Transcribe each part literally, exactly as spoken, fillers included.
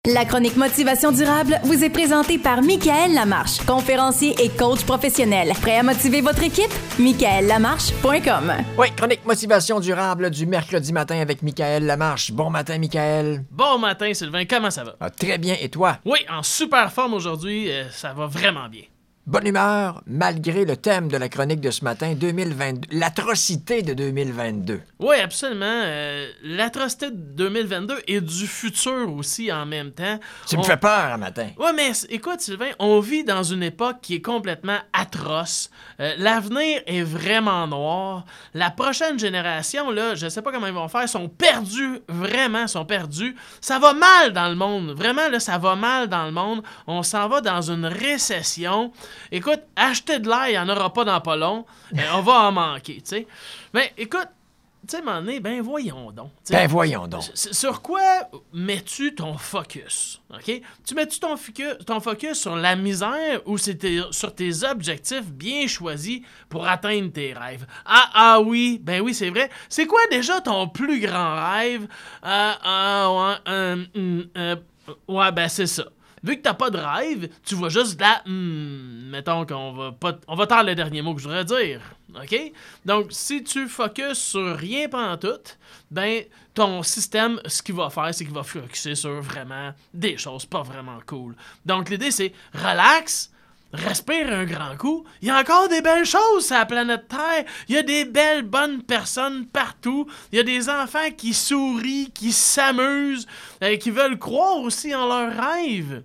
La chronique Motivation durable vous est présentée par Michaël Lamarche, conférencier et coach professionnel. Prêt à motiver votre équipe? michaël lamarche point com. Oui, chronique Motivation durable du mercredi matin avec Michaël Lamarche. Bon matin, Michaël. Bon matin, Sylvain. Comment ça va? Ah, très bien. Et toi? Oui, en super forme aujourd'hui. Euh, ça va vraiment bien. Bonne humeur, malgré le thème de la chronique de ce matin, deux mille vingt-deux, l'atrocité de deux mille vingt-deux. Oui, absolument. Euh, l'atrocité de deux mille vingt-deux et du futur aussi en même temps. Tu on... me fais peur un matin. Oui, mais écoute, Sylvain, on vit dans une époque qui est complètement atroce. Euh, l'avenir est vraiment noir. La prochaine génération, là, je sais pas comment ils vont faire, sont perdus, vraiment, sont perdus. Ça va mal dans le monde. Vraiment, là, ça va mal dans le monde. On s'en va dans une récession. Écoute, acheter de l'air, il n'y en aura pas dans pas long. Euh, on va en manquer, tu sais. Mais écoute, tu sais, à un moment donné, ben voyons donc. T'sais, ben voyons donc. Sur quoi mets-tu ton focus? OK? Tu mets-tu ton, ton focus sur la misère ou c'est tes, sur tes objectifs bien choisis pour atteindre tes rêves? Ah, ah oui, ben oui, c'est vrai. C'est quoi déjà ton plus grand rêve? Euh, euh, ouais, euh, euh, euh, ouais, ben c'est ça. Vu que t'as pas de rêve, tu vois juste la... Hmm, mettons qu'on va pas... On va taire le dernier mot que je voudrais dire. OK? Donc, si tu focuses sur rien pantoute, ben, ton système, ce qu'il va faire, c'est qu'il va focuser sur vraiment des choses pas vraiment cool. Donc, l'idée, c'est relax, respire un grand coup. Il y a encore des belles choses sur la planète Terre. Il y a des belles, bonnes personnes partout. Il y a des enfants qui sourient, qui s'amusent, et qui veulent croire aussi en leurs rêves.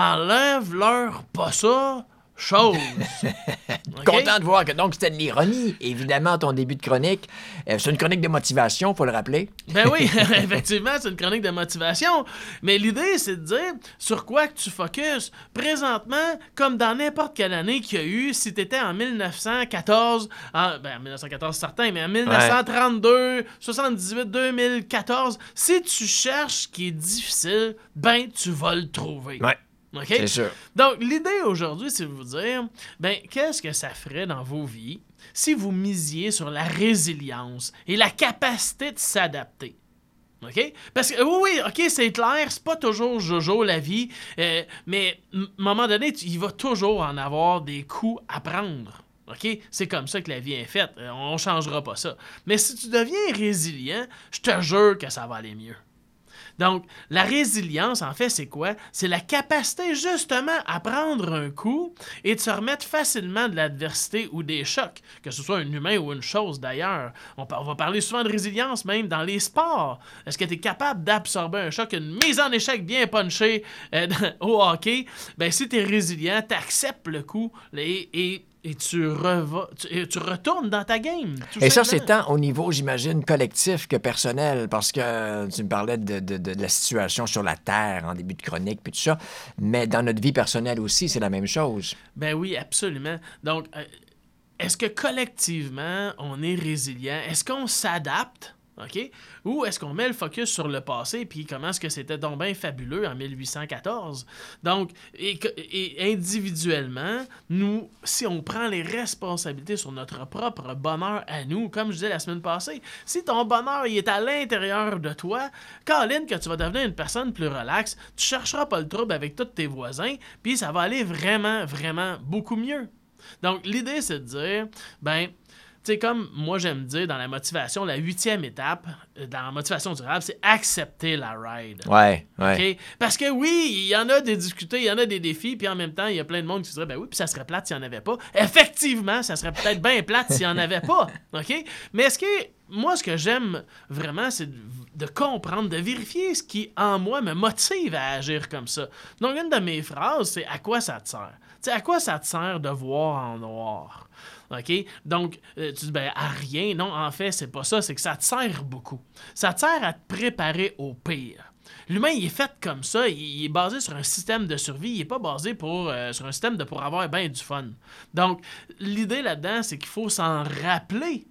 Enlève-leur pas ça. Chose. Okay? Content de voir que donc c'était de l'ironie, évidemment, ton début de chronique. Euh, c'est une chronique de motivation, faut le rappeler. Ben oui, effectivement, c'est une chronique de motivation. Mais l'idée, c'est de dire sur quoi que tu focuses. Présentement, comme dans n'importe quelle année qu'il y a eu, si tu étais en mille neuf cent quatorze, en, ben en mille neuf cent quatorze certain, mais en mille neuf cent trente-deux, soixante-dix-huit, deux mille quatorze, si tu cherches ce qui est difficile, ben tu vas le trouver. Ouais. Okay? C'est sûr. Donc, l'idée aujourd'hui, c'est de vous dire, ben, qu'est-ce que ça ferait dans vos vies si vous misiez sur la résilience et la capacité de s'adapter? OK? Parce que, oui, oui, OK, c'est clair, c'est pas toujours jojo la vie, euh, mais à un moment donné, tu, il va toujours en avoir des coups à prendre. OK? C'est comme ça que la vie est faite. Euh, on changera pas ça. Mais si tu deviens résilient, je te jure que ça va aller mieux. Donc, la résilience, en fait, c'est quoi? C'est la capacité, justement, à prendre un coup et de se remettre facilement de l'adversité ou des chocs, que ce soit un humain ou une chose, d'ailleurs. On, on va parler souvent de résilience, même dans les sports. Est-ce que tu es capable d'absorber un choc, une mise en échec bien punchée euh, au hockey? Ben, si tu es résilient, tu acceptes le coup et... et Et tu, reva, tu, tu retournes dans ta game. Tout et simplement. ça, c'est tant au niveau, j'imagine, collectif que personnel, parce que tu me parlais de, de, de la situation sur la Terre en début de chronique, puis tout ça, mais dans notre vie personnelle aussi, c'est la même chose. Ben oui, absolument. Donc, euh, est-ce que collectivement, on est résilient? Est-ce qu'on s'adapte? OK? Ou est-ce qu'on met le focus sur le passé puis comment est-ce que c'était donc bien fabuleux en mille huit cent quatorze? Donc, et, et individuellement, nous, si on prend les responsabilités sur notre propre bonheur à nous, comme je disais la semaine passée, si ton bonheur il est à l'intérieur de toi, Colin, que tu vas devenir une personne plus relaxe, tu chercheras pas le trouble avec tous tes voisins, puis ça va aller vraiment, vraiment beaucoup mieux. Donc, l'idée, c'est de dire, ben, tu sais, comme moi j'aime dire dans la motivation, la huitième étape dans la motivation durable, c'est accepter la ride. Ouais, ouais. Okay? Parce que oui, il y en a des difficultés, il y en a des défis, puis en même temps, il y a plein de monde qui se dirait, ben oui, puis ça serait plate s'il n'y en avait pas. Effectivement, ça serait peut-être bien plate s'il n'y en avait pas. OK? Mais ce qui est, moi, ce que j'aime vraiment, c'est de, de comprendre, de vérifier ce qui, en moi, me motive à agir comme ça. Donc, une de mes phrases, c'est à quoi ça te sert? Tu sais, à quoi ça te sert de voir en noir? OK? Donc, euh, tu dis, ben, à rien. Non, en fait, c'est pas ça. C'est que ça te sert beaucoup. Ça te sert à te préparer au pire. L'humain, il est fait comme ça. Il est basé sur un système de survie. Il n'est pas basé pour, euh, sur un système de pour avoir bien du fun. Donc, l'idée là-dedans, c'est qu'il faut s'en rappeler,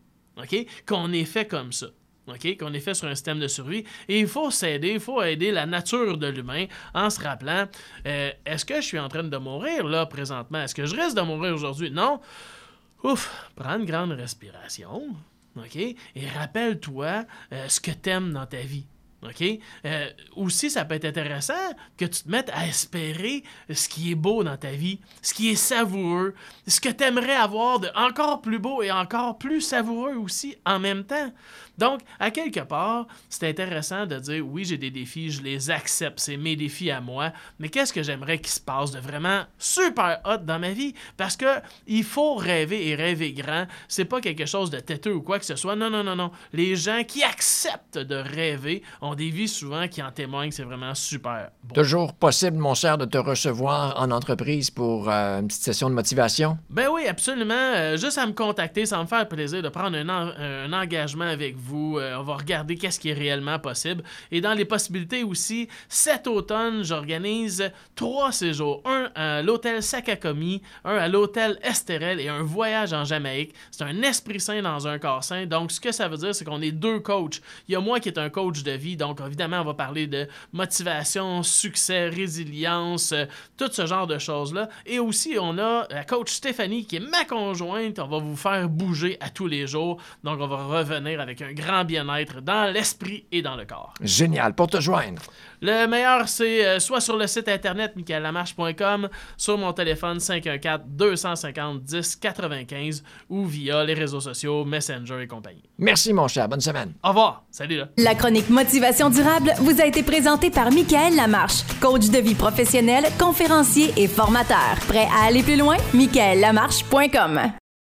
OK? Qu'on est fait comme ça. OK? Qu'on est fait sur un système de survie. Et il faut s'aider, il faut aider la nature de l'humain en se rappelant, euh, est-ce que je suis en train de mourir là présentement? Est-ce que je risque de mourir aujourd'hui? Non. Ouf, prends une grande respiration, OK? Et rappelle-toi euh, ce que t'aimes dans ta vie. OK? Euh, aussi, ça peut être intéressant que tu te mettes à espérer ce qui est beau dans ta vie, ce qui est savoureux, ce que tu aimerais avoir de encore plus beau et encore plus savoureux aussi en même temps. Donc, à quelque part, c'est intéressant de dire, oui, j'ai des défis, je les accepte, c'est mes défis à moi, mais qu'est-ce que j'aimerais qu'il se passe de vraiment super hot dans ma vie? Parce que il faut rêver et rêver grand. C'est pas quelque chose de têteux ou quoi que ce soit. Non, non, non, non. Les gens qui acceptent de rêver ont des vies souvent qui en témoignent. C'est vraiment super bon. Toujours possible, mon cher, de te recevoir en entreprise pour euh, une petite session de motivation? Ben oui, absolument. Euh, juste à me contacter, ça va me faire plaisir de prendre un, en- un engagement avec vous. Vous, euh, on va regarder qu'est-ce qui est réellement possible. Et dans les possibilités aussi, cet automne, j'organise trois séjours. Un à l'hôtel Sakakomi, un à l'hôtel Esterel et un voyage en Jamaïque. C'est un esprit sain dans un corps sain. Donc, ce que ça veut dire, c'est qu'on est deux coachs. Il y a moi qui est un coach de vie. Donc, évidemment, on va parler de motivation, succès, résilience, euh, tout ce genre de choses-là. Et aussi, on a la coach Stéphanie qui est ma conjointe. On va vous faire bouger à tous les jours. Donc, on va revenir avec un grand bien-être dans l'esprit et dans le corps. Génial. Pour te joindre? Le meilleur, c'est euh, soit sur le site internet michael lamarche point com, sur mon téléphone cinq un quatre, deux cinq zéro, dix quatre-vingt-quinze ou via les réseaux sociaux, Messenger et compagnie. Merci, mon cher. Bonne semaine. Au revoir. Salut là. La chronique Motivation durable vous a été présentée par Michael Lamarche, coach de vie professionnel, conférencier et formateur. Prêt à aller plus loin? michael lamarche point com